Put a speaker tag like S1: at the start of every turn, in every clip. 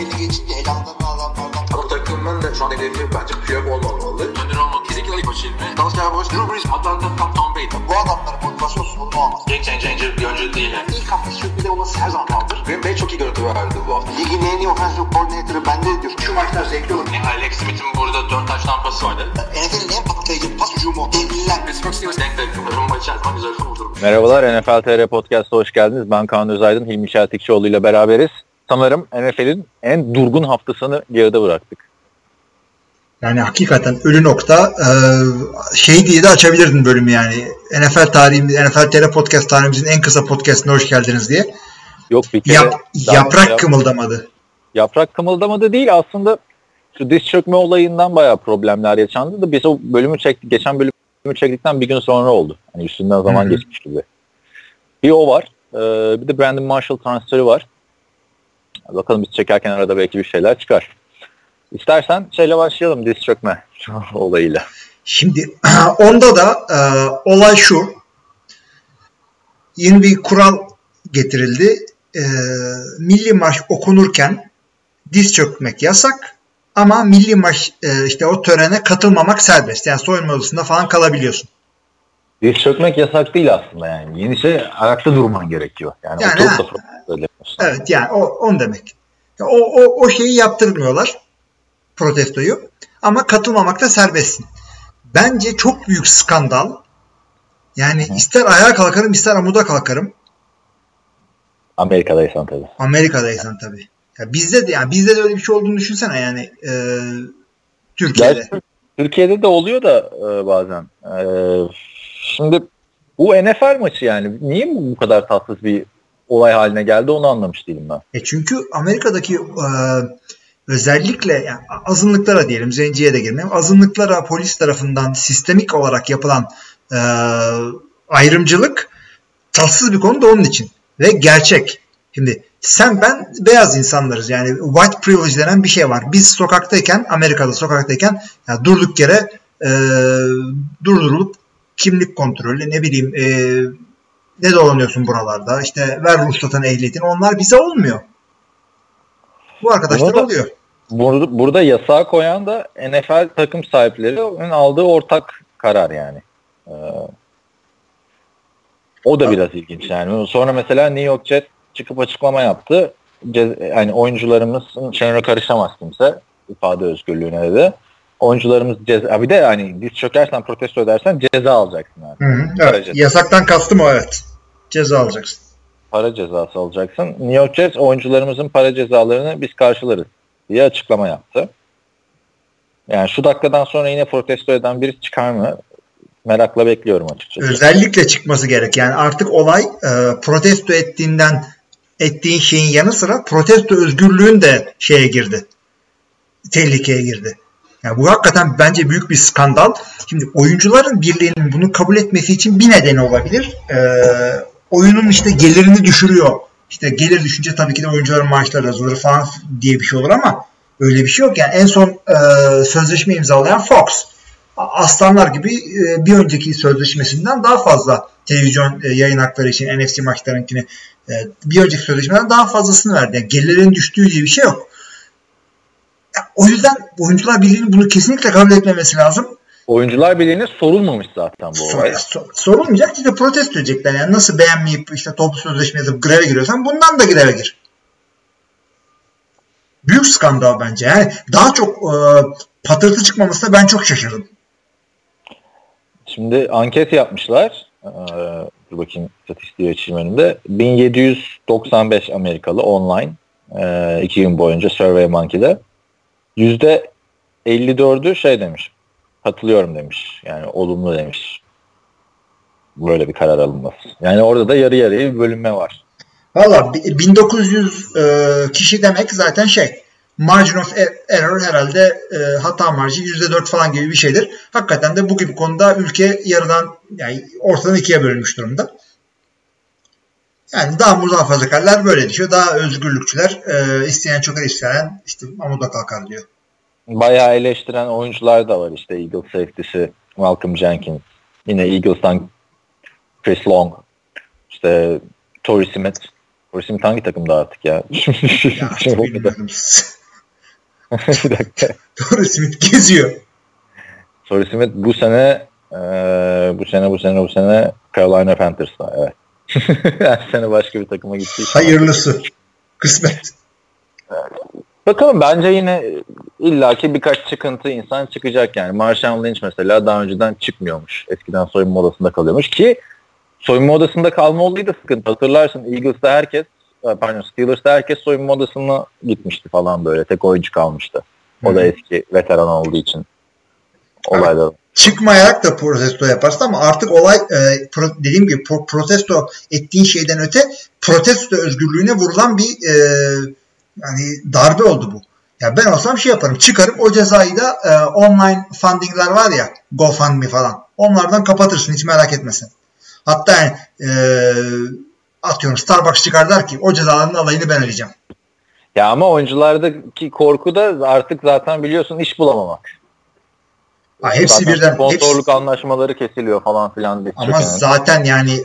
S1: belli geçince elanlarını alanlardan.
S2: Bu takımın da şu an hedefi bence Piyok olmamalı. Önder olmak kesinlikle ilk başı ilmi. Dalsya Boş, Drew Brees, Atlanta, Tom Brady.
S1: Bu adamların motivasyon sorunu olmaz.
S2: Game changer bir oyuncu değil. Yani.
S1: İlk hafta sürpriz olması her zaman kaldır.
S2: Green Bay çok iyi görüntü verdi bu hafta.
S1: Ligin en iyi offensive coordinator'ı bende diyor. Şu maçlar zevkli olur.
S2: Alex Smith'in burada 4 taş tampası vardı.
S1: NFL'in en patlayıcı pas hücumu. Devliler.
S2: Pittsburgh Steelers denk denk. Rumba içerisinde güzel kurdurmuş.
S3: Merhabalar, NFL TR Podcast'a hoş geldiniz. Ben Kaan Özaydın, Hilmi Çeltikçioğlu ile beraberiz. Sanırım NFL'in en durgun haftasını geride bıraktık.
S4: Yani hakikaten ölü nokta. Şey diye de açabilirdin bölümü yani. NFL tarihimiz, NFL TR Podcast tarihimizin en kısa podcast'ine hoş geldiniz diye.
S3: Yok bir kere.
S4: Yaprak kımıldamadı.
S3: Yaprak kımıldamadı değil aslında. Şu diz çökme olayından bayağı problemler yaşandı da biz o bölümü çektik. Geçen bölümü çektikten bir gün sonra oldu. Hani üstünden zaman geçmiş gibi. Bir o var. Bir de Brandon Marshall transferi var. Bakalım biz çekerken arada belki bir şeyler çıkar. İstersen şeyle başlayalım, diz çökme olayıyla.
S4: Şimdi onda da olay şu. Yeni bir kural getirildi. Milli marş okunurken diz çökmek yasak ama milli marş işte o törene katılmamak serbest. Yani soyunma odasında falan kalabiliyorsun.
S3: Diz çökmek yasak değil aslında yani. Yeni şey ayakta durman gerekiyor. Yani oturup da
S4: evet yani onu demek. O şeyi yaptırmıyorlar. Protestoyu. Ama katılmamakta serbestsin. Bence çok büyük skandal. Yani ister ayağa kalkarım ister amuda kalkarım.
S3: Amerika'daysan tabii.
S4: Amerika'daysan tabii. Ya bizde de öyle bir şey olduğunu düşünsene yani Türkiye'de.
S3: Gerçi, Türkiye'de de oluyor da bazen. Şimdi bu NFL maçı yani niye bu kadar tatsız bir olay haline geldi onu anlamış değilim ben.
S4: Çünkü Amerika'daki özellikle yani azınlıklara diyelim, zenciye de girmeyeyim, azınlıklara polis tarafından sistemik olarak yapılan ayrımcılık tatsız bir konu da onun için. Ve gerçek. Şimdi sen ben beyaz insanlarız. Yani white privilege denen bir şey var. Biz Amerika'da sokaktayken yani durduk yere durdurulup kimlik kontrolü ne bileyim ne dolanıyorsun buralarda işte ver ruhsatın ehliyetin onlar bize olmuyor. Bu arkadaşlar oluyor.
S3: Burada yasağı koyan da NFL takım sahiplerinin aldığı ortak karar yani. O da biraz ilginç yani. Sonra mesela New York Jets çıkıp açıklama yaptı. Yani oyuncularımızın şeyine karışamaz kimse. İfade özgürlüğüne dedi. Oyuncularımız ceza. Bir de hani diz çökersen protesto edersen ceza alacaksın. Yani.
S4: Evet. Yasaktan kastım o evet. Ceza alacaksın.
S3: Para cezası alacaksın. New York Jets oyuncularımızın para cezalarını biz karşılarız diye açıklama yaptı. Yani şu dakikadan sonra yine protesto eden birisi çıkar mı? Merakla bekliyorum açıkçası.
S4: Özellikle çıkması gerek. Yani artık olay protesto ettiğin şeyin yanı sıra protesto özgürlüğün de tehlikeye girdi. Yani bu hakikaten bence büyük bir skandal. Şimdi oyuncuların birliğinin bunu kabul etmesi için bir nedeni olabilir. Oyunun işte gelirini düşürüyor. İşte gelir düşünce tabii ki de oyuncuların maaşları azalır falan diye bir şey olur ama öyle bir şey yok. Yani en son sözleşme imzalayan Fox. Aslanlar gibi bir önceki sözleşmesinden daha fazla televizyon yayın hakları için NFC maçlarınkini bir önceki sözleşmeden daha fazlasını verdi. Yani gelirlerin düştüğü diye bir şey yok. O yüzden Oyuncular Birliği'nin bunu kesinlikle kabul etmemesi lazım.
S3: Oyuncular Birliği'ne sorulmamış zaten bu olay.
S4: Sorulmayacak. İşte protesto edecekler. Yani nasıl beğenmeyip işte toplu sözleşme yazıp greve giriyorsan bundan da greve gir. Büyük skandal bence. Yani daha çok patırtı çıkmamasına ben çok şaşırdım.
S3: Şimdi anket yapmışlar. Dur bakayım istatistiği açayım önümde. 1795 Amerikalı online 2 gün boyunca SurveyMonkey'de %54'ü şey demiş. Katılıyorum demiş. Yani olumlu demiş. Böyle bir karar alınması. Yani orada da yarı yarıya bir bölünme var.
S4: Valla 1900 kişi demek zaten margin of error herhalde hata marjı %4 falan gibi bir şeydir. Hakikaten de bu gibi konuda ülke yarıdan yani ortadan ikiye bölünmüş durumda. Yani daha muhafazakarlar böyle diyor. Daha özgürlükçüler isteyen çok isteyen işte amuda kalkar diyor.
S3: Bayağı eleştiren oyuncular da var işte Eagles safety'si Malcolm Jenkins. Yine Eagles'tan Chris Long. İşte Torrey Smith. Torrey Smith hangi takımda artık ya?
S4: Ya artık bilmiyorum.
S3: Bir dakika.
S4: Torrey Smith geziyor.
S3: Torrey Smith bu sene Carolina Panthers'ta. Evet. Her sene başka bir takıma gitti.
S4: Hayırlısı. Kısmet.
S3: Bakalım, bence yine illaki birkaç çıkıntı insan çıkacak yani. Marshawn Lynch mesela daha önceden çıkmıyormuş. Eskiden soyunma odasında kalıyormuş ki soyunma odasında kalma olayı da sıkıntı. Hatırlarsın Steelers'ta herkes soyunma odasına gitmişti falan böyle. Tek oyuncu kalmıştı. O da eski veteran olduğu için olaylar.
S4: Çıkmayarak da protesto yaparsın ama artık olay dediğim gibi protesto ettiğin şeyden öte protesto özgürlüğüne vurulan bir yani darbe oldu bu. Ya ben olsam şey yaparım. Çıkarım o cezayı da online fundingler var ya, GoFundMe falan. Onlardan kapatırsın, hiç merak etmesin. Hatta yani, atıyorum Starbucks çıkardılar ki o cezaların alayını ben ödeyeceğim.
S3: Ya ama oyunculardaki korku da artık zaten biliyorsun iş bulamamak.
S4: Hepsi
S3: zaten
S4: birden.
S3: Sponsorluk anlaşmaları kesiliyor falan filan.
S4: Ama yani. Zaten yani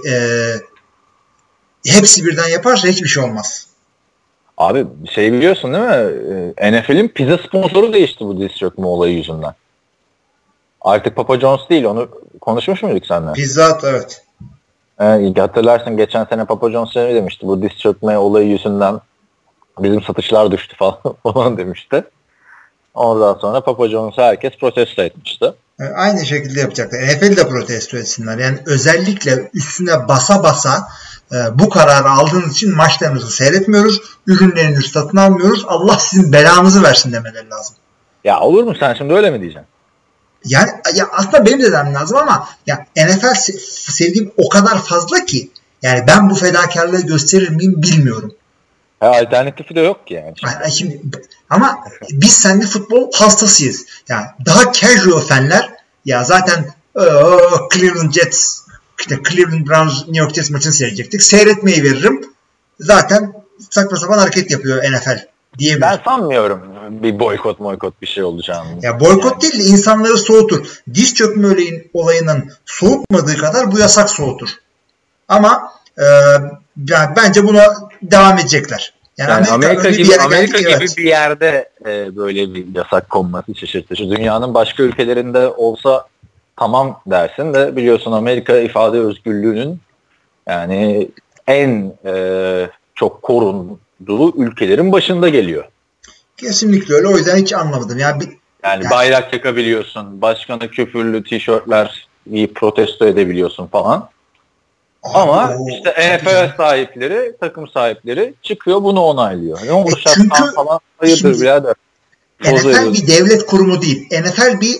S4: hepsi birden yaparsa hiçbir şey olmaz.
S3: Abi şey biliyorsun değil mi? NFL'in pizza sponsoru değişti bu diz çökme olayı yüzünden. Artık Papa John's değil, onu konuşmuş muyduk seninle?
S4: Pizza Hut, evet.
S3: Hatırlarsın geçen sene Papa John's şey demişti, bu diz çökme olayı yüzünden bizim satışlar düştü falan demişti. Ondan sonra Papa John's'u herkes protesto etmişti.
S4: Aynı şekilde yapacaklar. NFL'i de protesto etsinler. Yani özellikle üstüne basa basa bu kararı aldığınız için maçlarınızı seyretmiyoruz. Ürünlerinizi satın almıyoruz. Allah sizin belanızı versin demeleri lazım.
S3: Ya olur mu, sen şimdi öyle mi diyeceksin?
S4: Yani ya aslında benim de demem lazım ama ya NFL sevdiğim o kadar fazla ki yani ben bu fedakarlığı gösterir miyim bilmiyorum.
S3: Alternatifi de yok ki yani.
S4: Şimdi, ama biz seninle futbol hastasıyız. Yani daha casual fanler ya zaten Cleveland Jets, işte Cleveland Browns New York Jets maçını seyredecektik. Seyretmeyi veririm. Zaten saçma sapan hareket yapıyor NFL diyebilirim.
S3: Ben sanmıyorum bir boykot bir şey olacağını.
S4: Ya boykot değil de insanları soğutur. Diz çökme olayının soğutmadığı kadar bu yasak soğutur. Ama yani bence buna devam edecekler. Yani
S3: Amerika gibi bir yerde böyle bir yasak konması şaşırtıcı. Dünyanın başka ülkelerinde olsa tamam dersin de biliyorsun Amerika ifade özgürlüğünün yani en çok korunduğu ülkelerin başında geliyor.
S4: Kesinlikle öyle. O yüzden hiç anlamadım. Yani
S3: bayrak yakabiliyorsun, başkana küfürlü tişörtler giyip protesto edebiliyorsun falan. Ama işte NFL sahipleri, takım sahipleri çıkıyor bunu onaylıyor. Ne olur şarttan falan hayırdır birader.
S4: NFL bir devlet kurumu değil. NFL bir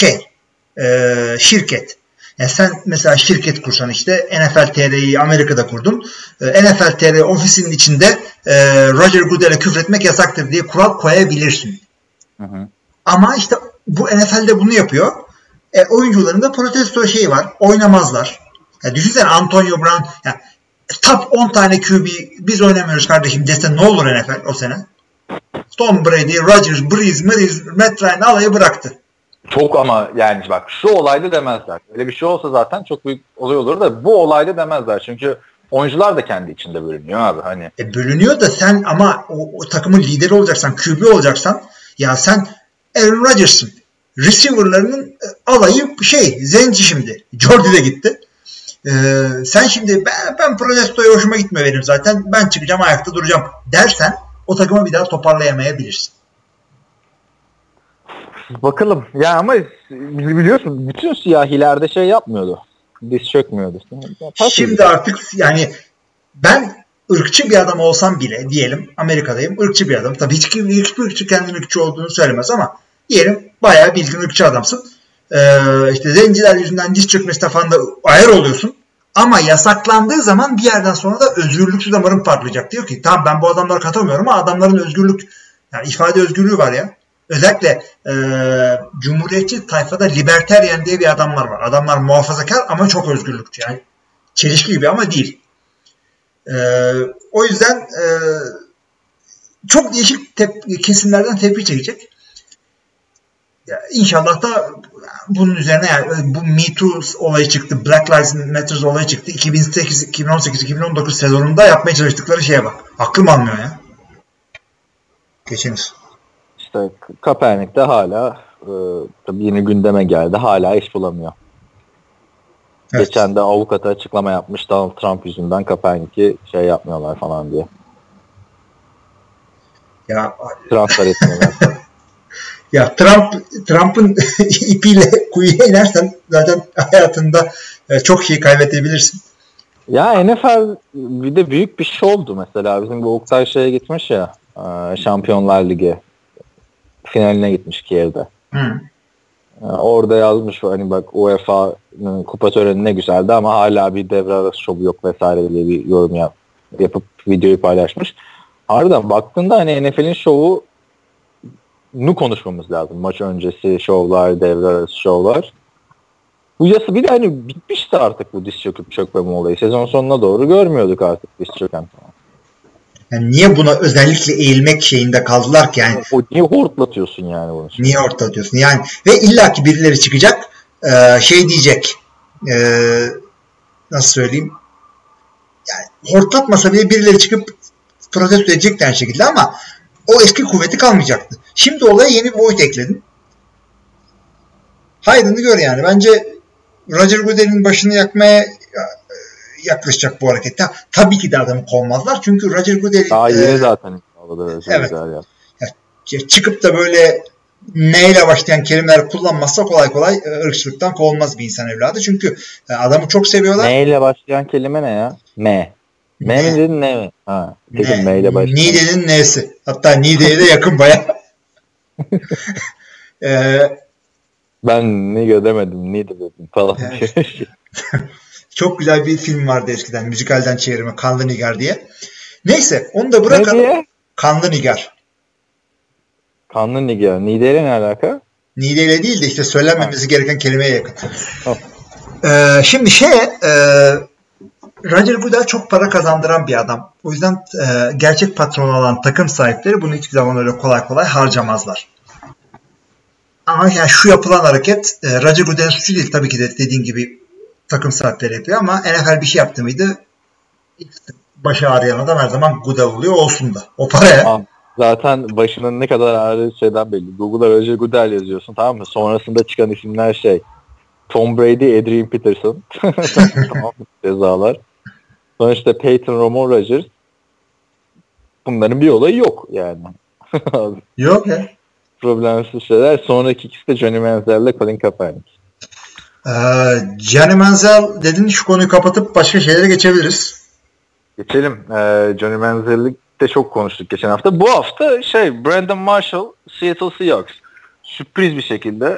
S4: şirket. Yani sen mesela şirket kursan işte NFL TR'yi Amerika'da kurdun. NFL TR ofisinin içinde Roger Goodell'e küfretmek yasaktır diye kural koyabilirsin.
S3: Hı.
S4: Ama işte bu NFL'de bunu yapıyor. Oyuncuların da protesto şeyi var. Oynamazlar. Ya düşünsene Antonio Brown ya, top 10 tane QB biz oynamıyoruz kardeşim dese ne olur NFL o sene? Tom Brady, Rodgers, Breeze, Matt Ryan alayı bıraktı.
S3: Çok ama yani bak şu olayda demezler. Öyle bir şey olsa zaten çok büyük olay olur da bu olayda demezler. Çünkü oyuncular da kendi içinde bölünüyor abi. Hani.
S4: Bölünüyor da sen ama o takımın lideri olacaksan, QB olacaksan ya sen Aaron Rodgers'ın. Receiver'larının alayı zenci şimdi. Jordy de gitti. Sen şimdi ben protestoya hoşuma gitme benim zaten. Ben çıkacağım ayakta duracağım dersen o takımı bir daha toparlayamayabilirsin.
S3: Bakalım. Ya ama biliyorsun bütün siyahilerde şey yapmıyordu. Diz çökmüyordu.
S4: Şimdi artık yani ben ırkçı bir adam olsam bile diyelim Amerika'dayım. Irkçı bir adam. Tabii hiçbir ırkçı kendinin ırkçı olduğunu söylemez ama diyelim bayağı bildiğin ırkçı adamsın. İşte zenciler yüzünden diz çökmesi falan da ayar oluyorsun. Ama yasaklandığı zaman bir yerden sonra da özgürlükçü damarın patlayacak. Diyor ki tamam ben bu adamlara katılmıyorum ama adamların özgürlük yani ifade özgürlüğü var ya. Özellikle Cumhuriyetçi tayfada libertarian diye bir adamlar var. Adamlar muhafazakar ama çok özgürlükçü. Yani çelişki gibi ama değil. O yüzden çok değişik kesimlerden tepki çekecek. İnşallah da bunun üzerine yani bu Me Too olayı çıktı, Black Lives Matter olayı çıktı. 2008, 2018, 2019 sezonunda yapmaya çalıştıkları şeye bak. Aklım almıyor ya. Geçiniz.
S3: İşte Kaepernick de hala tabii yeni gündeme geldi. Hala iş bulamıyor.
S4: Evet.
S3: Geçen de avukata açıklama yapmış. Donald Trump yüzünden Kaepernick'i şey yapmıyorlar falan diye.
S4: Ya
S3: Transfer etmiyorlar.
S4: Ya Trump'ın ipiyle kuyuya inersen zaten hayatında çok şey kaybedebilirsin.
S3: Ya NFL bir de büyük bir şey oldu mesela. Bizim bu Oktay şeye gitmiş ya, Şampiyonlar Ligi finaline gitmiş Kiev'de. Orada yazmış hani bak UEFA'nın kupa töreni ne güzeldi ama hala bir devre arası şovu yok vesaire diye bir yorum yapıp videoyu paylaşmış. Harbiden baktığında hani NFL'in şovu konuşmamız lazım. Maç öncesi şovlar, devre arası şovlar. Bu yasa bir de hani bitmişti artık bu diz çöküp çökmeme olayı. Sezon sonuna doğru görmüyorduk artık diz çöken.
S4: Yani niye buna özellikle eğilmek şeyinde kaldılar ki yani?
S3: O niye hortlatıyorsun yani bunu?
S4: Niye hortlatıyorsun? Yani ve illaki birileri çıkacak şey diyecek nasıl söyleyeyim yani hortlatmasa bile birileri çıkıp protesto edecekler aynı şekilde ama o eski kuvveti kalmayacaktı. Şimdi olaya yeni bir boyut ekledin. Hayrını gör yani. Bence Roger Goodell'in başını yakmaya yaklaşacak bu harekette. Tabii ki de adamı kovmazlar. Çünkü Roger Goodell
S3: daha yeni zaten
S4: evet. Çıkıp da böyle M ile başlayan kelimeler kullanmazsa kolay kolay ırkçılıktan kovulmaz bir insan evladı. Çünkü adamı çok seviyorlar.
S3: M ile başlayan kelime ne ya? M. M mi dedin ne mi? Ha, dedim M ile başlayan.
S4: Nide'nin N'si. Hatta Nide'ye de yakın bayağı.
S3: Ben Nige demedim. Nide dedim falan. Evet.
S4: Çok güzel bir film vardı eskiden. Müzikalden çevirme. Kanlı Nigar diye. Neyse onu da bırakalım. Ne diye? Kanlı Nigar.
S3: Kanlı Nigar. Nide ile ne alaka?
S4: Nide ile değil de işte söylenmemesi gereken kelimeye yakın. Şimdi Roger Goodell çok para kazandıran bir adam. O yüzden gerçek patron olan takım sahipleri bunu hiçbir zaman öyle kolay kolay harcamazlar. Ama yani şu yapılan hareket Roger Goodell'in suçu değil. Tabii ki de dediğin gibi takım sahipleri yapıyor ama NFL bir şey yaptı mıydı başı ağrıyan adam her zaman Goodell oluyor olsun da. O paraya.
S3: Zaten başının ne kadar ağrıdığı şeyden belli. Google'a Roger Goodell yazıyorsun tamam mı? Sonrasında çıkan isimler Tom Brady, Adrian Peterson. Tamam cezalar. Sonra işte Peyton Romo Rodgers. Bunların bir olayı yok yani.
S4: Yok ya.
S3: Problemsiz şeyler. Sonraki ikisi de Johnny Manziel ile Colin Kaepernick.
S4: Johnny Manziel dedin şu konuyu kapatıp başka şeylere geçebiliriz.
S3: Geçelim. Johnny Manziel'i de çok konuştuk geçen hafta. Bu hafta Brandon Marshall Seattle Seahawks. Sürpriz bir şekilde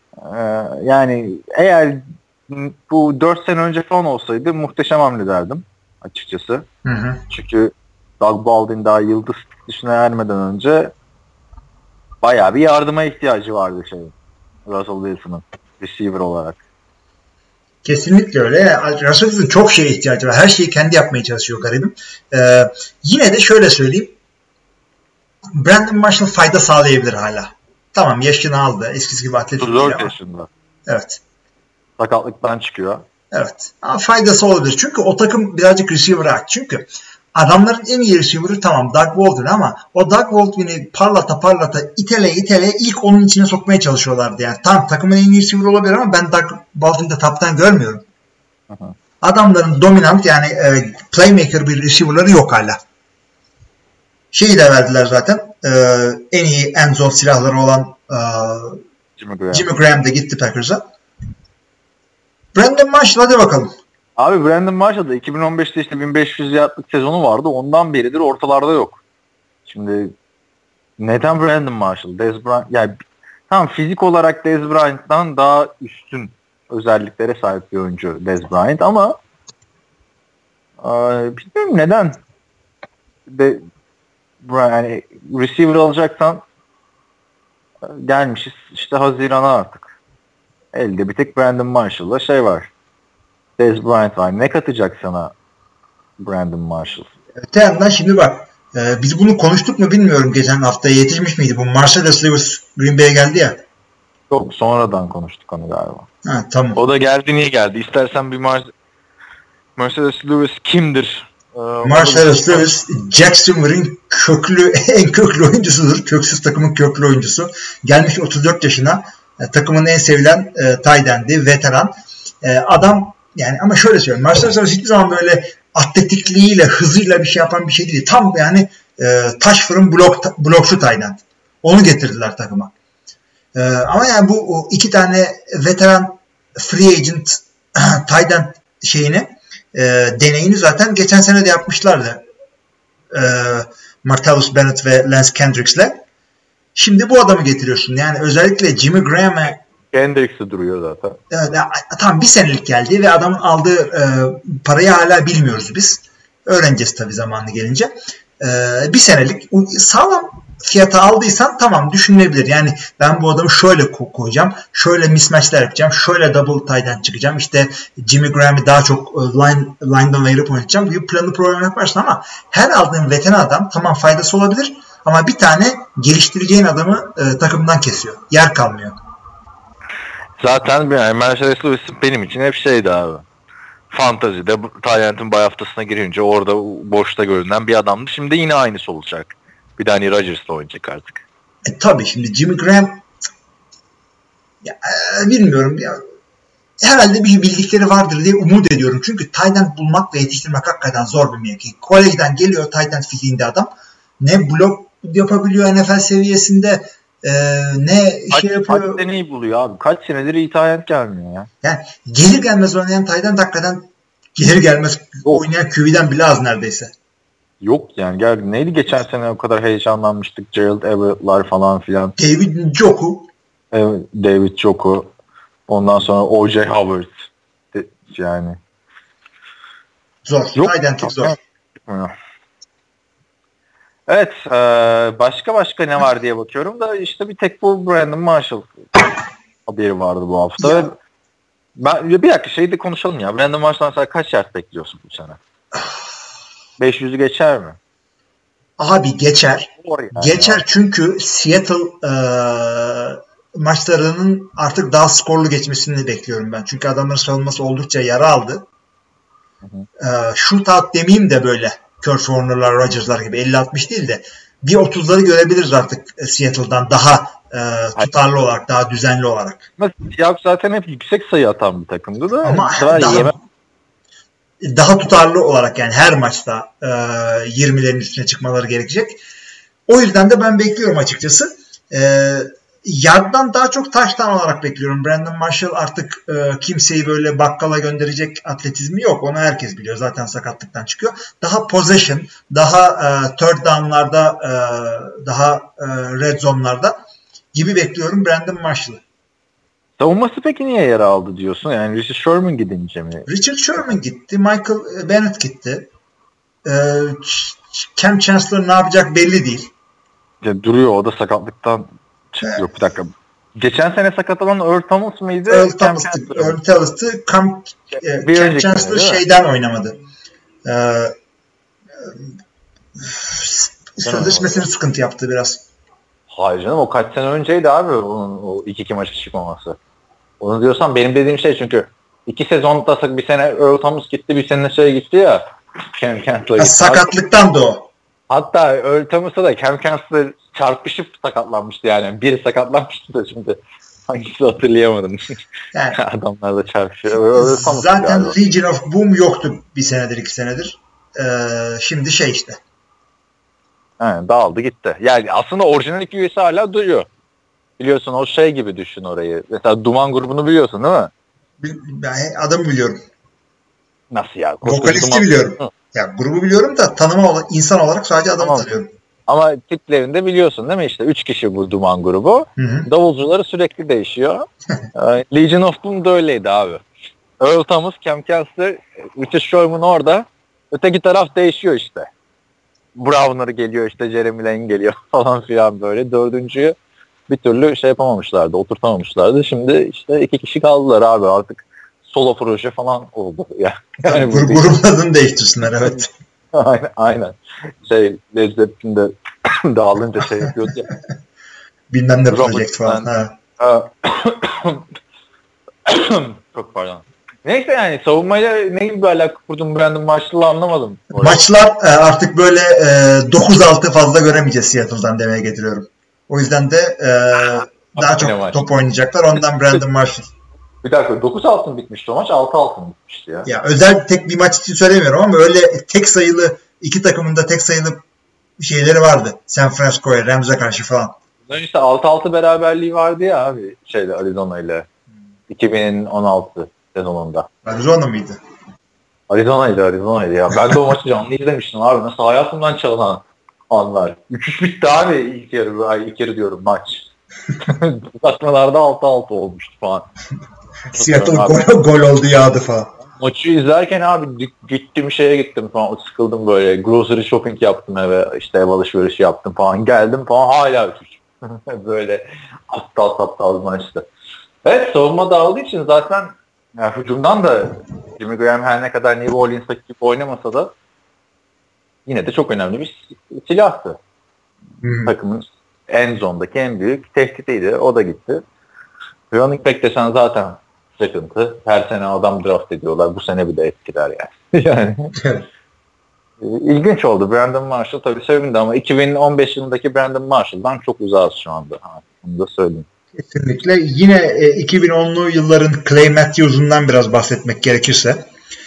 S3: yani eğer bu 4 sene önce falan olsaydı muhteşem hamle derdim açıkçası. Hı. Çünkü Doug Baldwin daha yıldız dışına ermeden önce bayağı bir yardıma ihtiyacı vardı Russell Wilson'ın receiver olarak.
S4: Kesinlikle öyle. Russell Wilson çok şeye ihtiyacı var. Her şeyi kendi yapmaya çalışıyor garibim. Yine de şöyle söyleyeyim. Brandon Marshall fayda sağlayabilir hala. Tamam yaşını aldı. Eskisi gibi atletik değil ama.
S3: 4 yaşında.
S4: Evet.
S3: Sakatlıktan çıkıyor.
S4: Evet. Ama faydası olabilir. Çünkü o takım birazcık receiver'a aç. Çünkü adamların en iyi receiver'ı tamam Doug Baldwin ama o Doug Baldwin'i parlata itele ilk onun içine sokmaya çalışıyorlardı. Yani tamam takımın en iyi receiver olabilir ama ben Doug Baldwin'de top'tan görmüyorum. Aha. Adamların dominant yani playmaker bir receiver'ları yok hala. Şeyi de verdiler zaten. En iyi end zone silahları olan Jimmy Graham da gitti Packers'a. Brandon Marshall hadi bakalım.
S3: Abi Brandon Marshall'da 2015'te işte 1500 yardlık sezonu vardı. Ondan beridir ortalarda yok. Şimdi neden Brandon Marshall? Dez Bryant yani tamam fizik olarak Dez Bryant'tan daha üstün özelliklere sahip bir oyuncu Dez Bryant ama bilmiyorum neden yani receiver alacaksan gelmişiz işte Haziran'a artık. Elde bir tek Brandon Marshall'la var. Dez Bryant var. Ne katacak sana Brandon Marshall?
S4: Öte yandan şimdi bak biz bunu konuştuk mu bilmiyorum geçen hafta yetişmiş miydi? Bu Marcellus Lewis Green Bay'e geldi ya.
S3: Yok, sonradan konuştuk onu galiba.
S4: Ha, tamam.
S3: O da geldi, niye geldi? İstersen bir Mercedes Lewis kimdir?
S4: Mercedes Lewis, Jacksonville'in en köklü oyuncusudur. Köksüz takımın köklü oyuncusu. Gelmiş 34 yaşına. Takımın en sevilen tight end'i, veteran. Adam yani, ama şöyle söyleyeyim. Mercedes Lewis hiçbir zaman böyle atletikliğiyle, hızıyla bir şey yapan bir şey değil. Tam yani taş fırın blokçu tight end. Onu getirdiler takıma. Ama yani bu iki tane veteran free agent tight end deneyini zaten geçen sene de yapmışlardı. Martellus Bennett ve Lance Kendricks'le. Şimdi bu adamı getiriyorsun. Yani özellikle Jimmy Graham'e
S3: Kendricks'i duruyor zaten.
S4: Tam bir senelik geldi ve adamın aldığı parayı hala bilmiyoruz biz. Öğreneceğiz tabii zamanı gelince. Bir senelik sağlam fiyata aldıysan tamam, düşünülebilir. Yani ben bu adamı şöyle koyacağım, şöyle mismatchler yapacağım, şöyle double tight end çıkacağım, işte Jimmy Graham'i daha çok line'dan ayırıp oynatacağım gibi planlı program yaparsın, ama her aldığın veteran adam tamam faydası olabilir, ama bir tane geliştireceğin adamı takımdan kesiyor. Yer kalmıyor.
S3: Zaten yani Mercedes Lewis benim için hep şeydi abi. Fantazide Tayland'ın bay haftasına girince orada boşta görünen bir adamdı. Şimdi yine aynısı olacak. Bir de hani Rodgers'la oynayacak artık.
S4: Tabii şimdi Jimmy Graham bilmiyorum ya. Herhalde bir bildikleri vardır diye umut ediyorum. Çünkü tight end bulmak ve yetiştirmek hakikaten zor bir mevki. Kolejden geliyor tight end fiziğinde adam. Ne blok yapabiliyor NFL seviyesinde, ne şey yapıyor.
S3: Kaç seneyi buluyor abi? Kaç senedir iyi tight end gelmiyor ya.
S4: Yani gelir gelmez oynayan tight end hakikaten gelir gelmez oynayan QB'den bile az neredeyse.
S3: Yok yani, neydi geçen sene o kadar heyecanlanmıştık, Gerald Everett'lar falan filan.
S4: David Njoku.
S3: Evet, David Njoku. Ondan sonra O.J. Howard. Yani.
S4: Zor.
S3: Yok.
S4: Tight zor.
S3: Evet. Başka ne var diye bakıyorum da işte bir tek bu Brandon Marshall haberi vardı bu hafta.
S4: Ya.
S3: Bir dakika şeyi de konuşalım ya. Brandon Marshall'dan sonra kaç yard bekliyorsun bu sene? 500'ü geçer mi?
S4: Abi geçer.
S3: Yani
S4: geçer ya. Çünkü Seattle maçlarının artık daha skorlu geçmesini bekliyorum ben. Çünkü adamların savunması oldukça yara aldı. Shootout demeyeyim de böyle Kurt Warner'lar, Rodgers'lar gibi 50-60 değil de bir 30'ları görebiliriz artık Seattle'dan daha tutarlı olarak, daha düzenli olarak.
S3: Ya zaten hep yüksek sayı atan bir takımdı da.
S4: Ama daha tutarlı olarak, yani her maçta 20'lerin üstüne çıkmaları gerekecek. O yüzden de ben bekliyorum açıkçası. Yarddan daha çok taştan olarak bekliyorum. Brandon Marshall artık kimseyi böyle bakkala gönderecek atletizmi yok. Onu herkes biliyor. Zaten sakatlıktan çıkıyor. Daha possession, daha third down'larda, daha red zone'larda gibi bekliyorum Brandon Marshall'ı.
S3: Savunması peki niye yer aldı diyorsun? Yani Richard Sherman gidince mi?
S4: Richard Sherman gitti. Michael Bennett gitti. Cam Chancellor ne yapacak belli değil.
S3: Ya duruyor, o da sakatlıktan çıkıyor. Evet. Bir dakika. Geçen sene sakatlanan Earl Thomas mıydı?
S4: Earl Thomas'tı. Cam Chancellor şeyden oynamadı. Sözleşmesini sıkıntı yaptı biraz.
S3: Hayır canım, o kaç sene önceydi abi onun o 2-2 maça çıkmaması. Onu diyorsan benim dediğim şey, çünkü 2 sezonda bir sene Earl Thomas gitti, bir sene şey gitti ya. Cam Chancellor gitti.
S4: Sakatlıktan da o.
S3: Hatta Earl Thomas'a da Cam Chancellor çarpışıp sakatlanmıştı yani. Biri sakatlanmıştı da şimdi hangisi hatırlayamadım. Yani, adamlar da çarpışıyor.
S4: Zaten Legion of Boom yoktu bir senedir, 2 senedir. Şimdi şey işte.
S3: Yani dağıldı gitti. Yani aslında orijinal 2 üyesi hala duruyor. Biliyorsun o şey gibi düşün orayı. Mesela Duman grubunu biliyorsun değil mi?
S4: Ben adamı biliyorum.
S3: Nasıl ya?
S4: Vokalisti biliyorum. Hı. Ya grubu biliyorum da insan olarak sadece adamı tanıyorum.
S3: Ama tiplerini de biliyorsun değil mi? İşte 3 kişi bu Duman grubu. Hı-hı. Davulcuları sürekli değişiyor. Legion of Boom da öyleydi abi. Earl Thomas, Cam Chancellor, Richard Sherman orada. Öteki taraf değişiyor işte. Browner geliyor, işte Jeremy Lane geliyor falan filan böyle. Dördüncüyü bir türlü şey yapamamışlardı, oturtamamışlardı. Şimdi işte 2 kişi kaldılar abi, artık solo proje falan oldu ya. Yani
S4: grubun adını değiştirsinler, evet.
S3: aynen. Led Zeppelin'de dağılınca şey yapıyordu ya.
S4: Bilmem ne project falan.
S3: Çok pardon. Neyse yani savunmayla ne gibi bir alaka kurdum Brandon Marshall'ı anlamadım.
S4: Maçlar artık böyle 9-6 fazla göremeyeceğiz Seattle'dan demeye getiriyorum. O yüzden de daha çok top oynayacaklar. Ondan Brandon Marshall.
S3: Bir dakika 9-6 mı bitmişti o maç? 6-6 mı bitmişti ya?
S4: Ya özel tek bir maç için söylemiyorum ama öyle tek sayılı iki takımın da tek sayılı şeyleri vardı. San Francisco'ya, Rams'e karşı falan.
S3: İşte 6-6 beraberliği vardı ya abi Arizona ile 2016 sezonunda.
S4: Arizona mıydı?
S3: Arizona'ydı ya. Ben de o maçı canlı izlemiştim abi. Nasıl hayatımdan çalınan anlar. 3-3 bitti abi ilk yarı diyorum maç. Uzatmalarda 6-6 olmuştu falan.
S4: Seattle gol oldu yağdı falan.
S3: Maçı izlerken abi gittim falan sıkıldım böyle grocery shopping yaptım eve işte ev alışverişi yaptım falan geldim falan hala 3-3. Böyle aptal maçtı. Evet savunma dağıldığı için zaten yani hücumdan da Jimmy Graham her ne kadar New Orleans'taki gibi oynamasa da yine de çok önemli bir silahtı. Takımın en zondaki en büyük tehditiydi. O da gitti. Running back desen zaten sıkıntı. Her sene adam draft ediyorlar. Bu sene bir de etkiler yani. Yani ilginç oldu. Brandon Marshall tabii sevindi ama 2015 yılındaki Brandon Marshall'dan çok uzağız şu anda. Bunu da söyleyeyim.
S4: Kesinlikle. Yine 2010'lu yılların Clay Matthews'undan biraz bahsetmek gerekirse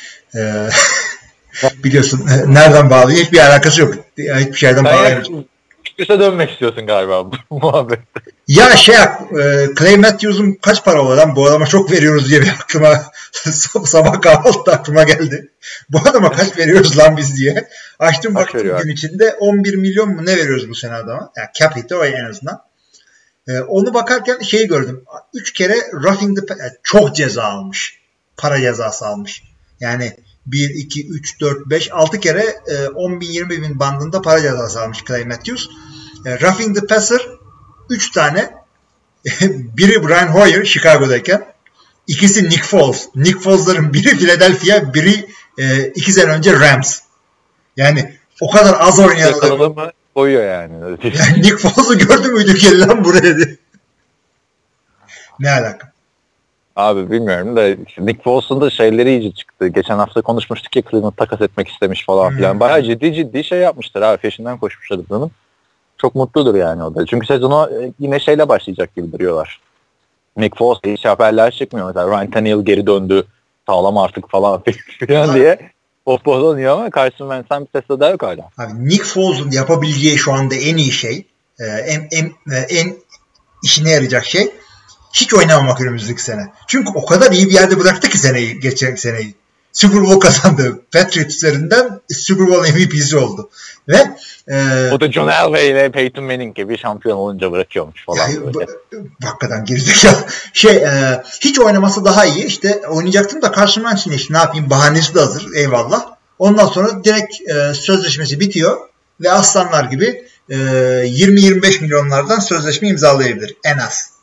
S4: biliyorsun nereden bağlı? Hiçbir alakası yok. Hiçbir şeyden bağlayamayacağım.
S3: Kısa dönmek istiyorsun galiba bu muhabbette.
S4: Ya Clay Matthews'un kaç para olan bu adama çok veriyoruz diye bir aklıma sabah kahvaltıda aklıma geldi. Bu adama kaç veriyoruz lan biz diye. Açtım baktım gün içinde 11 milyon mu ne veriyoruz bu sene adama? Yani cap hit o en azından. Onu bakarken gördüm. 3 kere roughing the çok ceza almış. Para cezası almış. Yani 1, 2, 3, 4, 5, 6 kere 10 bin 20 bin bandında para cezası almış Clay Matthews. Roughing the passer 3 tane. Biri Brian Hoyer Chicago'dayken. İkisi Nick Foles. Nick Foles'ların biri Philadelphia, biri 2 sene önce Rams. Yani o kadar az oynayan adam.
S3: Koyuyor yani.
S4: Yani Nick Foles'u gördü müydü gel lan buraya diye. Ne alaka?
S3: Abi bilmiyorum da Nick Foles'un da şeyleri iyice çıktı. Geçen hafta konuşmuştuk ya Cleveland takas etmek istemiş falan filan. Bayağı ciddi şey yapmışlar abi. Peşinden koşmuşlar adamın. Çok mutludur yani o da. Çünkü sezonu yine şeyle başlayacak gibi duruyorlar. Nick Foles hiç haberler çıkmıyor. Mesela Ryan Tannehill geri döndü. Sağlam artık falan filan diye. Pohpohlanıyor ama Carson Wentz'ten bir ses de yok hala.
S4: Abi Nick Foles'un yapabileceği şu anda en iyi şey, en işine yarayacak şey hiç oynamamak önümüzdeki sene. Çünkü o kadar iyi bir yerde bıraktı ki geçen seneyi. Super Bowl kazandı. Patriots'lerinden Super Bowl MVP'si oldu. Ve
S3: o da John Elway ile Peyton Manning gibi şampiyon olunca bırakıyormuş falan.
S4: Hakikaten gerizekalı. Hiç oynaması daha iyi. İşte oynayacaktım da Carson Wentz'in işte ne yapayım bahanesi de hazır. Eyvallah. Ondan sonra direkt sözleşmesi bitiyor ve aslanlar gibi 20-25 milyonlardan sözleşme imzalayabilir en az.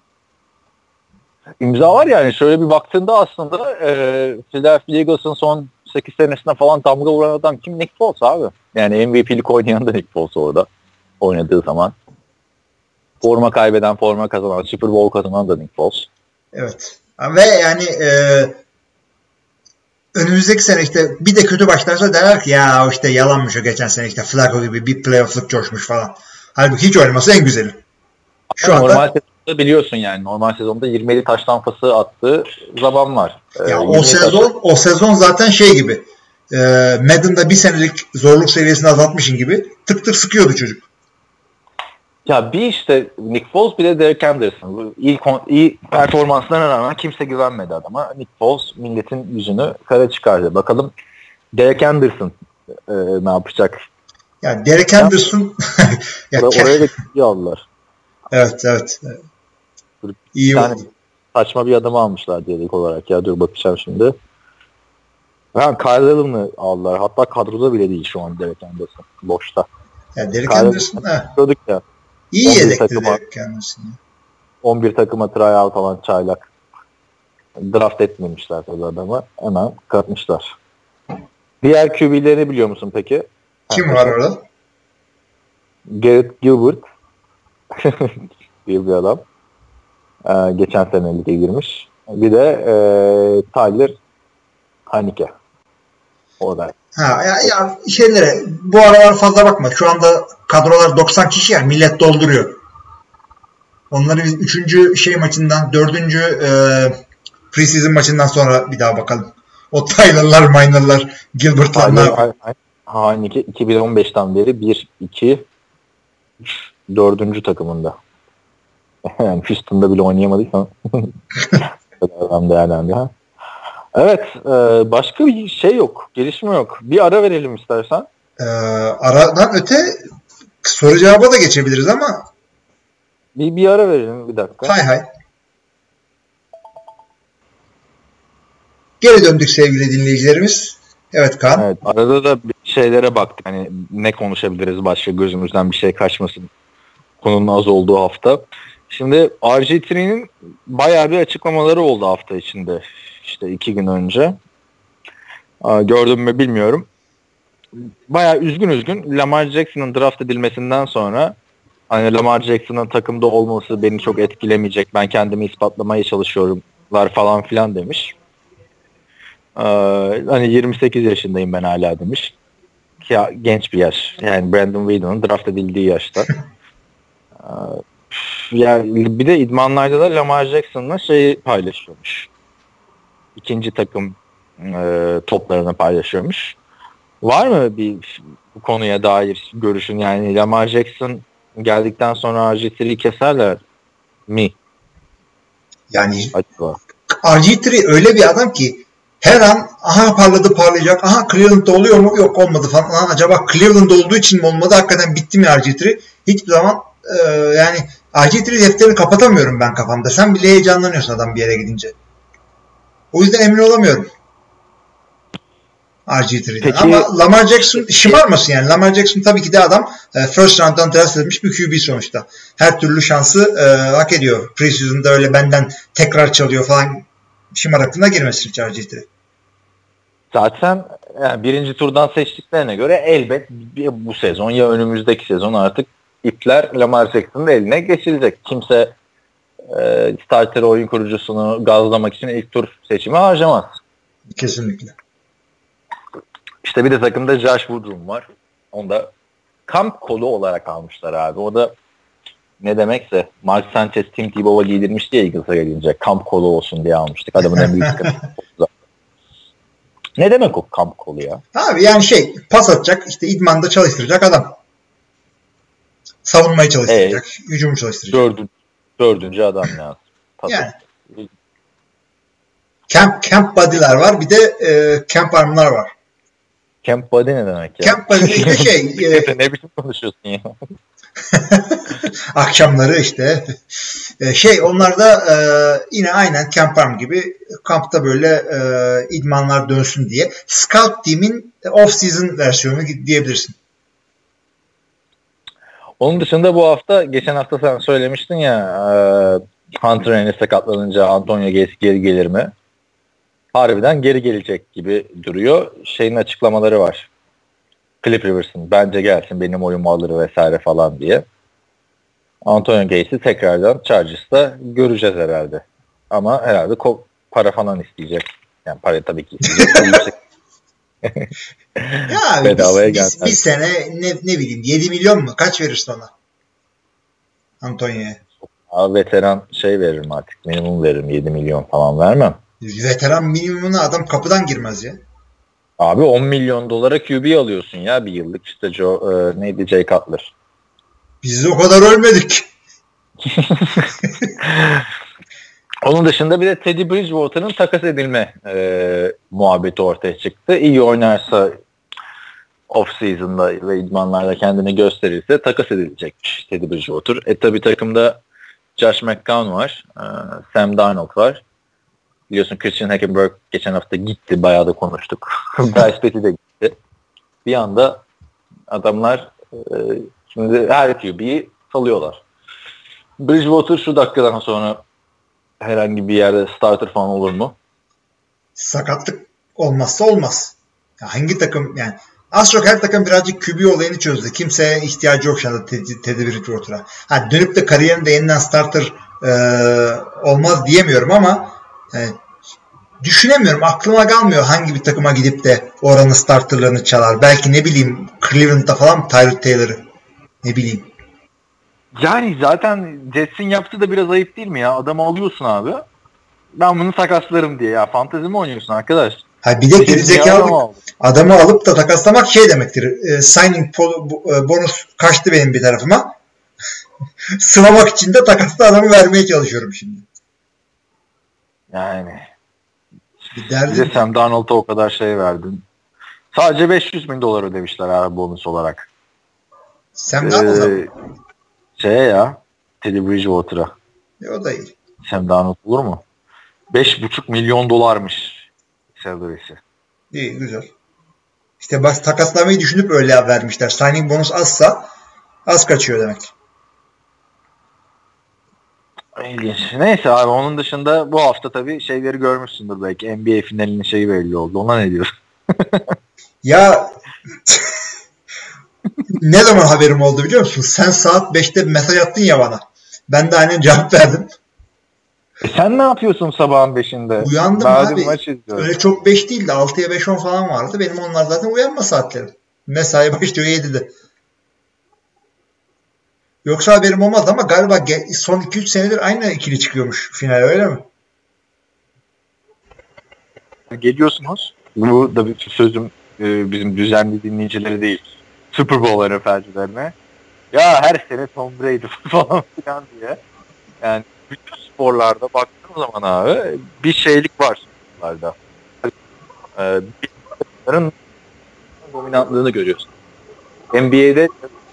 S3: İmza var yani şöyle bir baktığında aslında Philadelphia Eagles'ın son 8 senesine falan damga vuran adam kim? Nick Foles abi. Yani MVP'lik oynayan da Nick Foles orada oynadığı zaman. Forma kaybeden, forma kazanan, Super Bowl kazanan da Nick Foles.
S4: Evet. Ve yani önümüzdeki sene işte bir de kötü başlarsa derler ki ya işte yalanmış o geçen sene işte Flacco gibi bir playoff'luk coşmuş falan. Halbuki hiç oynaması en güzeli.
S3: Şu anda normal sezonda biliyorsun yani normal sezonda 27 taş tampası attığı zaman var.
S4: Ya o sezon zaten gibi. Madden'da bir senelik zorluk seviyesini azaltmışın gibi tık tık sıkıyordu çocuk.
S3: Ya bir işte Nick Foles bir de Derek Anderson. Bu iyi performanslarına rağmen kimse güvenmedi adama. Nick Foles milletin yüzünü kara çıkardı. Bakalım Derek Anderson ne yapacak?
S4: Ya Derek Anderson
S3: oraya da ciddi aldılar.
S4: Evet. İyi oldu.
S3: Saçma bir adamı almışlar diyelik olarak. Ya dur bakacağım şimdi. Yani Kyle Allen'ı aldılar. Hatta kadroda bile değil şu an Derek Anderson. Boşta.
S4: Ya Derek Anderson
S3: ya.
S4: İyi yedekti Derek Anderson.
S3: 11 takıma tryout falan çaylak. Draft etmemişler tabii adamı. Hemen katmışlar. Diğer QB'lerini biliyor musun peki?
S4: Kim var orada?
S3: Garrett Gilbert diye bir adam. Geçen sene lige girmiş. Bir de Tyler Haneke. Orada.
S4: Ya şeylere bu aralar fazla bakma. Şu anda kadrolar 90 kişi ya, millet dolduruyor. Onları biz 3. maçından 4. preseason maçından sonra bir daha bakalım. O Tyler'lar, Minor'lar, Gilbert'lar.
S3: Haneke 2015'ten beri 1, 2, 3, 4. takımında. Yani Houston'da bile oynayamadıysan değerlendi. Evet, başka bir şey yok, gelişme yok. Bir ara verelim istersen.
S4: Aradan öte soru cevaba da geçebiliriz ama
S3: bir ara verelim, bir dakika.
S4: Hay. Geri döndük sevgili dinleyicilerimiz. Evet Kaan.
S3: Evet, arada da şeylere baktık. Hani ne konuşabiliriz, başka gözümüzden bir şey kaçmasın. Konunun az olduğu hafta. Şimdi RG3'nin bayağı bir açıklamaları oldu hafta içinde. İşte 2 gün önce. Gördüm mü bilmiyorum. Bayağı üzgün Lamar Jackson'ın draft edilmesinden sonra hani Lamar Jackson'ın takımda olması beni çok etkilemeyecek. Ben kendimi ispatlamaya çalışıyorumlar falan filan demiş. Hani 28 yaşındayım ben hala demiş. Ya genç bir yaş. Yani Brandon Whedon'un draft edildiği yaşta. Yani bir de idmanlarda da Lamar Jackson'la şeyi paylaşıyormuş. 2. takım toplarını paylaşıyormuş. Var mı bu konuya dair görüşün? Yani Lamar Jackson geldikten sonra RG3'yi keserler mi?
S4: Yani
S3: acaba?
S4: RG3 öyle bir adam ki her an parlayacak. Cleveland'da oluyor mu? Yok, olmadı falan. Acaba Cleveland'da olduğu için mi olmadı? Hakikaten bitti mi RG3? Hiçbir zaman yani RG3 defterini kapatamıyorum ben kafamda. Sen bile heyecanlanıyorsun adam bir yere gidince. O yüzden emin olamıyorum RG3'den.
S3: Peki,
S4: ama Lamar Jackson şımarmasın yani. Lamar Jackson tabii ki de adam first round'dan draft edilmiş bir QB sonuçta. Her türlü şansı hak ediyor. Preseason'da öyle benden tekrar çalıyor falan şımaraklığına girmesin RG3.
S3: Zaten yani 1. turdan seçtiklerine göre elbet bu sezon ya önümüzdeki sezon artık ipler Lamar Jackson'ın eline geçilecek. Kimse starter oyun kurucusunu gazlamak için ilk tur seçimi harcamaz.
S4: Kesinlikle.
S3: İşte bir de takımda Josh Woodrum var. Onu da kamp kolu olarak almışlar abi. O da ne demekse Mark Sanchez Tim Tebow'a giydirmişti ya Eagles'a gelince. Kamp kolu olsun diye almıştık. Adamın en büyük sıkıntısı. Ne demek o kamp kolu ya?
S4: Abi yani pas atacak, işte idmanda çalıştıracak adam. Savunmayı çalıştıracak, hücumu çalıştıracak.
S3: Dördüncü adam lazım.
S4: Yani. Camp body'ler var, bir de camp arm'lar var.
S3: Camp body ne demek ya?
S4: Camp body işte
S3: ne biçim konuşuyorsun ya?
S4: Akşamları işte onlar da yine aynen camp arm gibi kampta böyle idmanlar dönsün diye. Scout team'in off-season versiyonu diyebilirsin.
S3: Onun dışında bu hafta, geçen hafta sen söylemiştin ya Hunter Henry sakatlanınca Antonio Gates geri gelir mi? Harbiden geri gelecek gibi duruyor. Şeyin açıklamaları var. Philip Rivers'ın bence gelsin benim oyumu alır vesaire falan diye. Antonio Gates'i tekrardan Chargers'ta göreceğiz herhalde. Ama herhalde para falan isteyecek. Yani para tabii ki isteyecek.
S4: Ya bedavaya bir sene ne bileyim 7 milyon mu? Kaç verirsin ona? Antonio'ya.
S3: Veteran veririm artık. Minimum veririm. 7 milyon falan vermem.
S4: Veteran minimumuna adam kapıdan girmez ya.
S3: Abi 10 milyon dolara QB alıyorsun ya bir yıllık. İşte neydi Jay Cutler.
S4: Biz de o kadar ölmedik.
S3: Onun dışında bir de Teddy Bridgewater'ın takas edilme muhabbeti ortaya çıktı. İyi oynarsa off-season'da ve idmanlarda kendini gösterirse takas edilecekmiş Teddy Bridgewater. Tabii takımda Josh McCown var. Sam Darnold var. Biliyorsun Christian Hackenberg geçen hafta gitti. Bayağı da konuştuk. Bryce Petty de gitti. Bir anda adamlar şimdi her QB'yi salıyorlar. Bridgewater şu dakikadan sonra herhangi bir yerde starter falan olur mu?
S4: Sakatlık olmazsa olmaz. Ya hangi takım yani az çok her takım birazcık QB olayını çözdü. Kimseye ihtiyacı yok şu anda Teddy Bridgewater'a. Dönüp de kariyerinde yeniden starter olmaz diyemiyorum ama düşünemiyorum. Aklıma kalmıyor hangi bir takıma gidip de oranın starterlarını çalar. Belki ne bileyim Cleveland'da falan Tyrod Taylor'ı. Ne bileyim.
S3: Yani zaten Jets'in yaptığı da biraz ayıp değil mi ya? Adamı alıyorsun abi. Ben bunu takaslarım diye ya. Fantezi mi oynuyorsun arkadaş?
S4: Ha bir de gerizekalı adamı alıp da takaslamak şey demektir. Signing bonus kaçtı benim bir tarafıma. Sıvamak için de takaslı adamı vermeye çalışıyorum şimdi.
S3: Yani.
S4: Bir derdim.
S3: Bize Sam Darnold'a o kadar şey verdin. Sadece $500,000 ödemişler abi bonus olarak.
S4: Sam Darnold'a
S3: ya Teddy Bridgewater'a.
S4: O da iyi.
S3: Sam Darnold olur mu? $5,5 milyon salary'si.
S4: İyi, güzel. İşte bak takaslamayı düşünüp öyle vermişler. Signing bonus azsa az kaçıyor demek.
S3: İlginç. Neyse abi onun dışında bu hafta tabii şeyleri görmüşsündür belki. NBA finalinin şeyi belli oldu. Ona ne diyorsun?
S4: Ya ne zaman haberim oldu biliyor musun? Sen saat 5'te mesaj attın ya bana. Ben de aynen cevap verdim.
S3: Sen ne yapıyorsun sabahın 5'inde?
S4: Uyandım
S3: Bazı
S4: abi.
S3: Maç
S4: öyle çok 5 değil de 6'ya 5-10 falan vardı. Benim onlar zaten uyanma saatlerim. Mesai başlıyor 7'de. Yoksa haberim olmaz ama galiba son 2-3 senedir aynı ikili çıkıyormuş final, öyle mi?
S3: Geliyorsunuz. Bu da bir sözüm bizim düzenli dinleyicileri değil. Super Bowl NFL'cilerine. Ya her sene Tom Brady falan filan diye. Yani bütün sporlarda baktığım zaman abi bir şeylik var sporlarda. Bir dominantlığını görüyorsun. NBA'de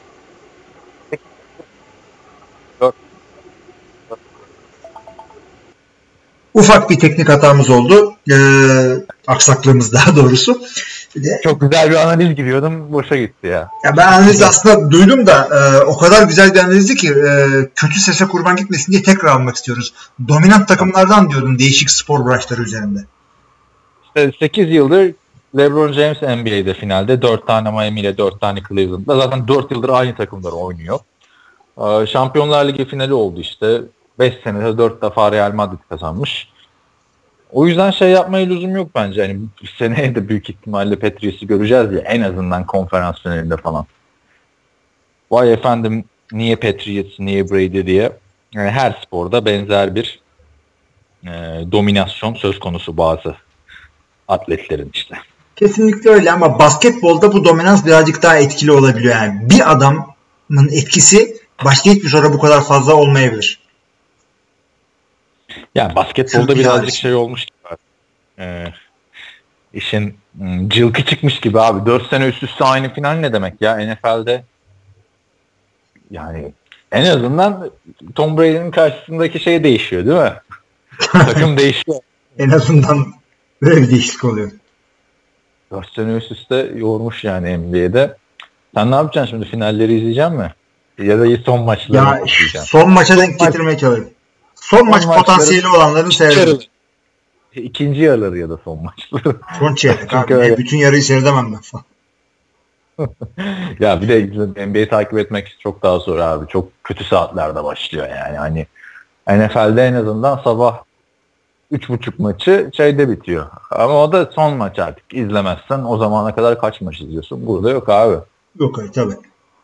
S4: Ufak bir teknik hatamız oldu. Aksaklığımız daha doğrusu.
S3: çok güzel bir analiz giriyordum. Boşa gitti ya.
S4: Ya ben analizi aslında duydum da o kadar güzel bir analizdi ki kötü sese kurban gitmesin diye tekrar almak istiyoruz. Dominant takımlardan diyordum değişik spor branşları üzerinde.
S3: İşte 8 yıldır LeBron James NBA'de finalde 4 tane Miami ile 4 tane Cleveland'da. Zaten 4 yıldır aynı takımlar oynuyor. Şampiyonlar Ligi finali oldu işte. 5 senede 4 defa Real Madrid kazanmış. O yüzden şey yapmaya lüzum yok bence. Yani seneye de büyük ihtimalle Patriots'ı göreceğiz ya en azından konferans finalinde falan. Vay efendim niye Patriots, niye Brady diye. Yani her sporda benzer bir dominasyon söz konusu bazı atletlerin işte.
S4: Kesinlikle öyle ama basketbolda bu dominans birazcık daha etkili olabiliyor. Yani bir adamın etkisi başka hiçbir sonra bu kadar fazla olmayabilir.
S3: Yani basketbolda birazcık şey olmuş gibi. İşin cılkı çıkmış gibi abi. 4 sene üst üste aynı final ne demek ya? NFL'de yani en azından Tom Brady'nin karşısındaki şey değişiyor değil mi? Takım değişiyor.
S4: En azından böyle bir değişiklik oluyor.
S3: 4 sene üst üste yormuş yani NBA'de. Sen ne yapacaksın şimdi? Finalleri izleyecek misin? Ya da son maçları
S4: ya son maça denk getirmeye çalışıyorum. Son maç potansiyeli olanların seyrederim.
S3: İkinci yarıları ya da son maçları.
S4: Son çeyrek abi. Bütün yarıyı seyredemem ben falan.
S3: Ya bir de NBA'yi takip etmek çok daha zor abi. Çok kötü saatlerde başlıyor yani. Hani NFL'de en azından sabah 3.30 maçı şeyde bitiyor. Ama o da son maç artık. İzlemezsen o zamana kadar kaç maç izliyorsun? Burada yok abi.
S4: Yok abi tabii.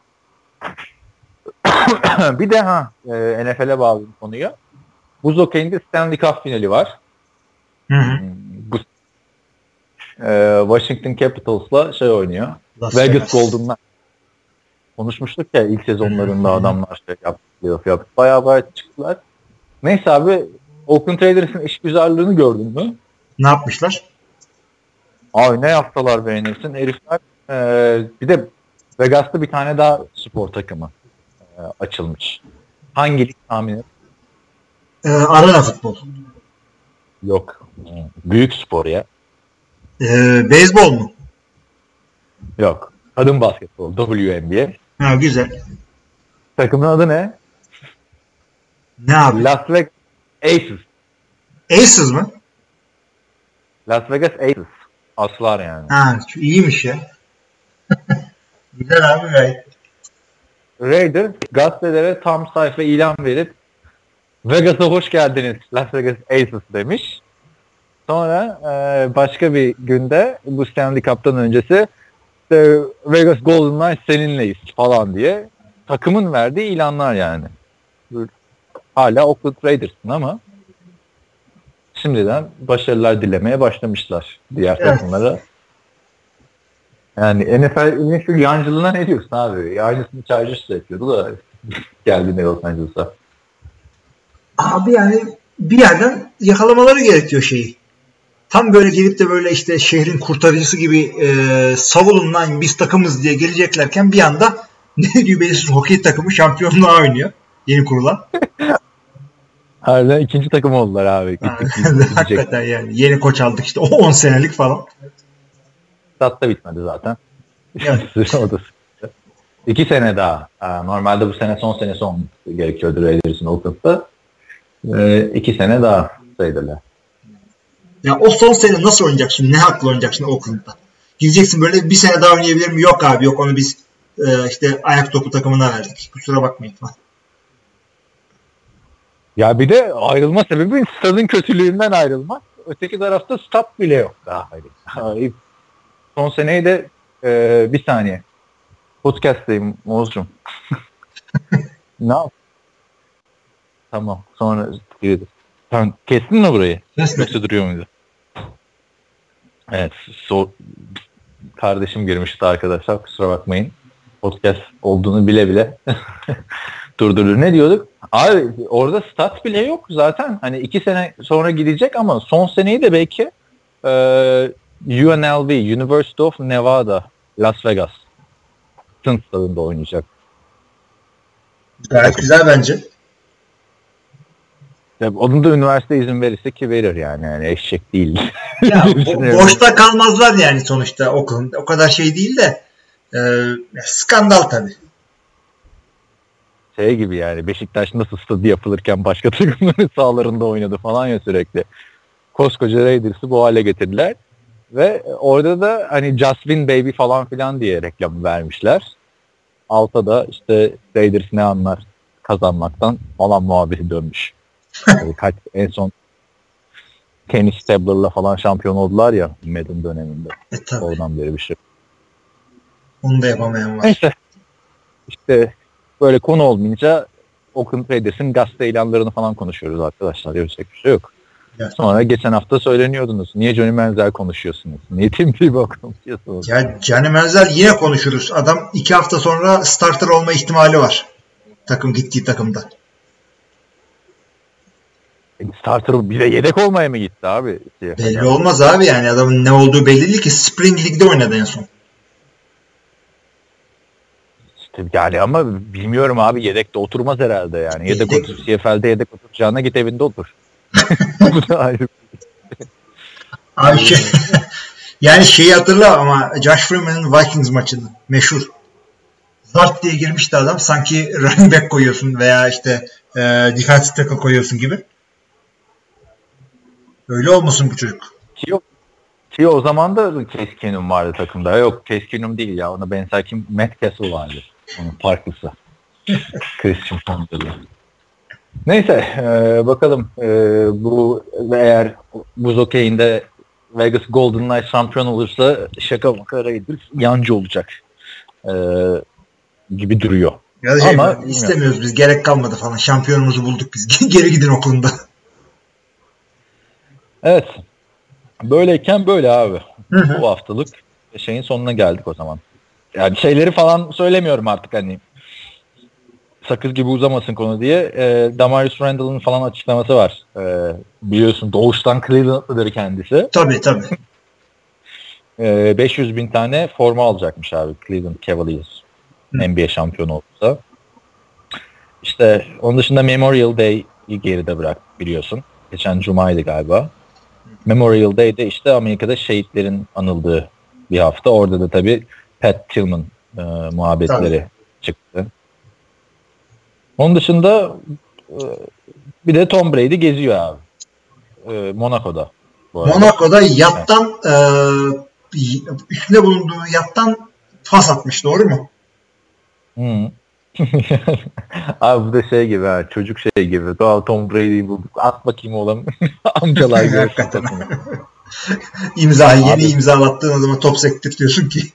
S3: Bir de NFL'e bağlı bir konuya. Buz hokeyinde Stanley Cup finali var.
S4: Hı.
S3: Bu Washington Capitals'la şey oynuyor. Vegas Golden'lar. Konuşmuştuk ya ilk sezonlarında adamlar şey yaptı. Bayağı çıktılar. Neyse abi Oakland Raiders'ın işgüzarlığını gördün mü?
S4: Ne yapmışlar?
S3: Abi ne yaptılar beğenirsin. Herifler bir de Vegas'ta bir tane daha spor takımı açılmış. Hangi lig tahmin et?
S4: Arena futbol.
S3: Yok. Büyük spor ya.
S4: Beyzbol mu?
S3: Yok. Kadın basketbol. WNBA.
S4: Ha, güzel.
S3: Takımın adı ne?
S4: Ne abi?
S3: Las Vegas Aces.
S4: Aces mı?
S3: Las Vegas Aces. Aslar yani.
S4: Ha, iyiymiş ya. Güzel abi gayet.
S3: Raider gazetelere tam sayfa ilan verip Vegas'a hoş geldiniz Las Vegas Aces demiş. Sonra başka bir günde bu Stanley Cup'tan öncesi işte Vegas Golden Knights seninleyiz falan diye takımın verdiği ilanlar yani. Hala Oakland Raiders'ın ama şimdiden başarılar dilemeye başlamışlar diğer takımlara. Yani NFL'in şu yancılığına ne diyorsun abi? Aynısını Chargers da yapıyordu da geldiğinde Los Angeles'a.
S4: Abi yani bir yerden yakalamaları gerekiyor şeyi. Tam böyle gelip de böyle işte şehrin kurtarıcısı gibi savunun lan biz takımız diye geleceklerken bir anda ne diyor belirsiz hokey takımı şampiyonluğa oynuyor. Yeni kurulan.
S3: Harbiden ikinci takım oldular abi.
S4: Hakikaten yani. Yeni koç aldık işte. 10 senelik falan.
S3: Stat da bitmedi zaten.
S4: Evet.
S3: O da 2 sene daha. Normalde bu sene son senesi olması gerekiyordu Raiders'ın Oakland'da. 2 sene daha saydılar.
S4: Ya o son sene nasıl oynayacaksın? Ne haklı oynayacaksın Oakland'da? Gideceksin böyle bir sene daha oynayabilir mi? Yok abi yok onu biz işte ayak topu takımına verdik. Kusura bakmayın falan.
S3: Ya bir de ayrılma sebebi stadın kötülüğünden ayrılmak. Öteki tarafta stat bile yok daha. Son seneyi de bir saniye. Podcast'tayım Oğuz'cum. Ne yap? Tamam. Sonra gidelim. Sen kestin mi burayı? Yoksa duruyor muydu? Evet. Kardeşim girmişti arkadaşlar. Kusura bakmayın. Podcast olduğunu bile bile durdurdu. Ne diyorduk? Abi orada stat bile yok zaten. Hani 2 sene sonra gidecek ama son seneyi de belki UNLV, University of Nevada, Las Vegas stadında oynayacak.
S4: Gayet güzel bence.
S3: Ya, onun da üniversite izin verirse ki verir yani eşek değil.
S4: Ya, boşta kalmazlar yani sonuçta o kadar şey değil de skandal tabii.
S3: Şey gibi yani Beşiktaş nasıl stadı yapılırken başka takımların sahalarında oynadı falan ya sürekli. Koskoca Raiders'ı bu hale getirdiler. Ve orada da hani Just Win Baby falan filan diye reklamı vermişler. Alta da işte Raiders ne anlar kazanmaktan falan muhabbeti dönmüş. Yani en son Kenny Stabler'la falan şampiyon oldular ya Madden döneminde.
S4: Tabii.
S3: Oradan beri bir şey.
S4: Onu da yapamayan var.
S3: Neyse. İşte böyle konu olmayınca Oakland Raiders'ın gazete ilanlarını falan konuşuyoruz arkadaşlar. Yapacak bir şey yok. Evet. Sonra geçen hafta söyleniyordunuz. Niye Johnny Manziel konuşuyorsunuz? Niye Tim Tebow konuşuyorsunuz?
S4: Ya Johnny Manziel yine konuşuruz. Adam 2 hafta sonra starter olma ihtimali var. Takım gittiği takımda.
S3: Starter bir de yedek olmaya mı gitti abi?
S4: Belli olmaz abi yani adamın ne olduğu belli değil ki. Spring League'de oynadı en son.
S3: İşte yani ama bilmiyorum abi yedekte oturmaz herhalde yani. Yedek otur, CFL'de yedek oturacağına git evinde otur. Bu da ayrı.
S4: Abi yani şeyi hatırla ama Josh Freeman'ın Vikings maçını meşhur. Zart diye girmişti adam. Sanki running back koyuyorsun veya işte defensive tackle koyuyorsun gibi. Öyle olmasın bu çocuk.
S3: Ki o zaman da Case Keenum vardı takımda. Yok Case Keenum değil ya. Ona benzer kim? Matt Castle vardı. Onun farklısı. Christian Pond'da. Neyse bakalım bu eğer buz hokeyinde Vegas Golden Knights şampiyon olursa şaka makara gidir yancı olacak gibi duruyor.
S4: Ya ama istemiyoruz biz gerek kalmadı falan şampiyonumuzu bulduk biz geri gidin okulunda.
S3: Evet böyleyken böyle abi. Hı-hı. Bu haftalık şeyin sonuna geldik o zaman. Yani şeyleri falan söylemiyorum artık hani. Sakız gibi uzamasın konu diye Damarius Randall'ın falan açıklaması var. Biliyorsun doğuştan Cleveland'lıdır kendisi.
S4: Tabii.
S3: 500.000 tane forma alacakmış abi Cleveland Cavaliers. NBA şampiyonu olursa. İşte onun dışında Memorial Day'i geride bırak biliyorsun. Geçen Cuma'ydı galiba. Memorial Day'de işte Amerika'da şehitlerin anıldığı bir hafta. Orada da tabii Pat Tillman muhabbetleri çıktı. Onun dışında bir de Tom Brady geziyor abi. Monaco'da.
S4: Monaco'da yattan üstünde bulunduğu yattan pas atmış doğru mu?
S3: Abi bu da şey gibi ha, çocuk şey gibi. Doğal Tom Brady'yi bulduk. At bakayım oğlum. Amcalar görsün
S4: Hakikaten.
S3: takımı.
S4: Yeni
S3: Abi-
S4: imzalattığın adama top sektirtiyorsun ki.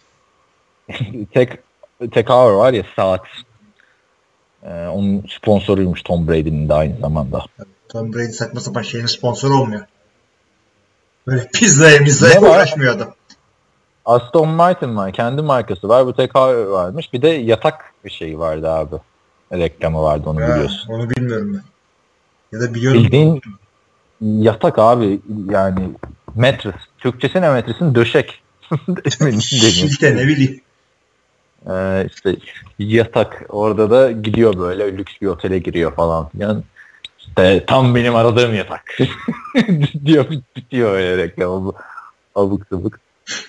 S3: Tek Hour var ya saat. Onun sponsoruymuş Tom Brady'nin de aynı zamanda.
S4: Tom Brady saçma sapan şeyin sponsoru olmuyor. Böyle pizzaya
S3: Ne var?
S4: uğraşmıyor adam.
S3: Aston Martin var. Kendi markası var. Bu Tek Hour varmış. Bir de yatak bir şey vardı abi. Reklamı vardı onu biliyorsun.
S4: Onu bilmiyorum ben. Ya da biliyorum.
S3: Bildiğin yatak abi yani mattress. Türkçesi ne mattressin? Döşek.
S4: İşte ne bileyim.
S3: İşte yatak orada da gidiyor böyle lüks bir otele giriyor falan filan. İşte tam benim aradığım yatak diyor bitiyor öyle reklam. Bu abuk sabuk.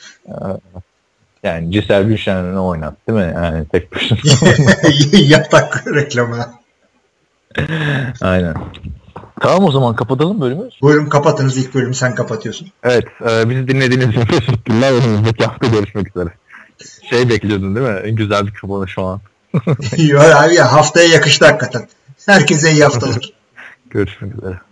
S3: Yani Cisel Bündchen'i oynat değil mi? Yani tek başına.
S4: Yatak reklamına.
S3: Aynen. Tamam o zaman kapatalım bölümü.
S4: Buyurun kapatınız, ilk bölümü sen kapatıyorsun.
S3: Evet. Bizi dinlediğiniz için teşekkürler. Önümüzdeki hafta görüşmek üzere. Şey bekliyordun değil mi? En güzel bir kapanış şu an.
S4: Yok abi ya, haftaya yakıştı hakikaten. Herkese iyi haftalar.
S3: Görüşmek üzere.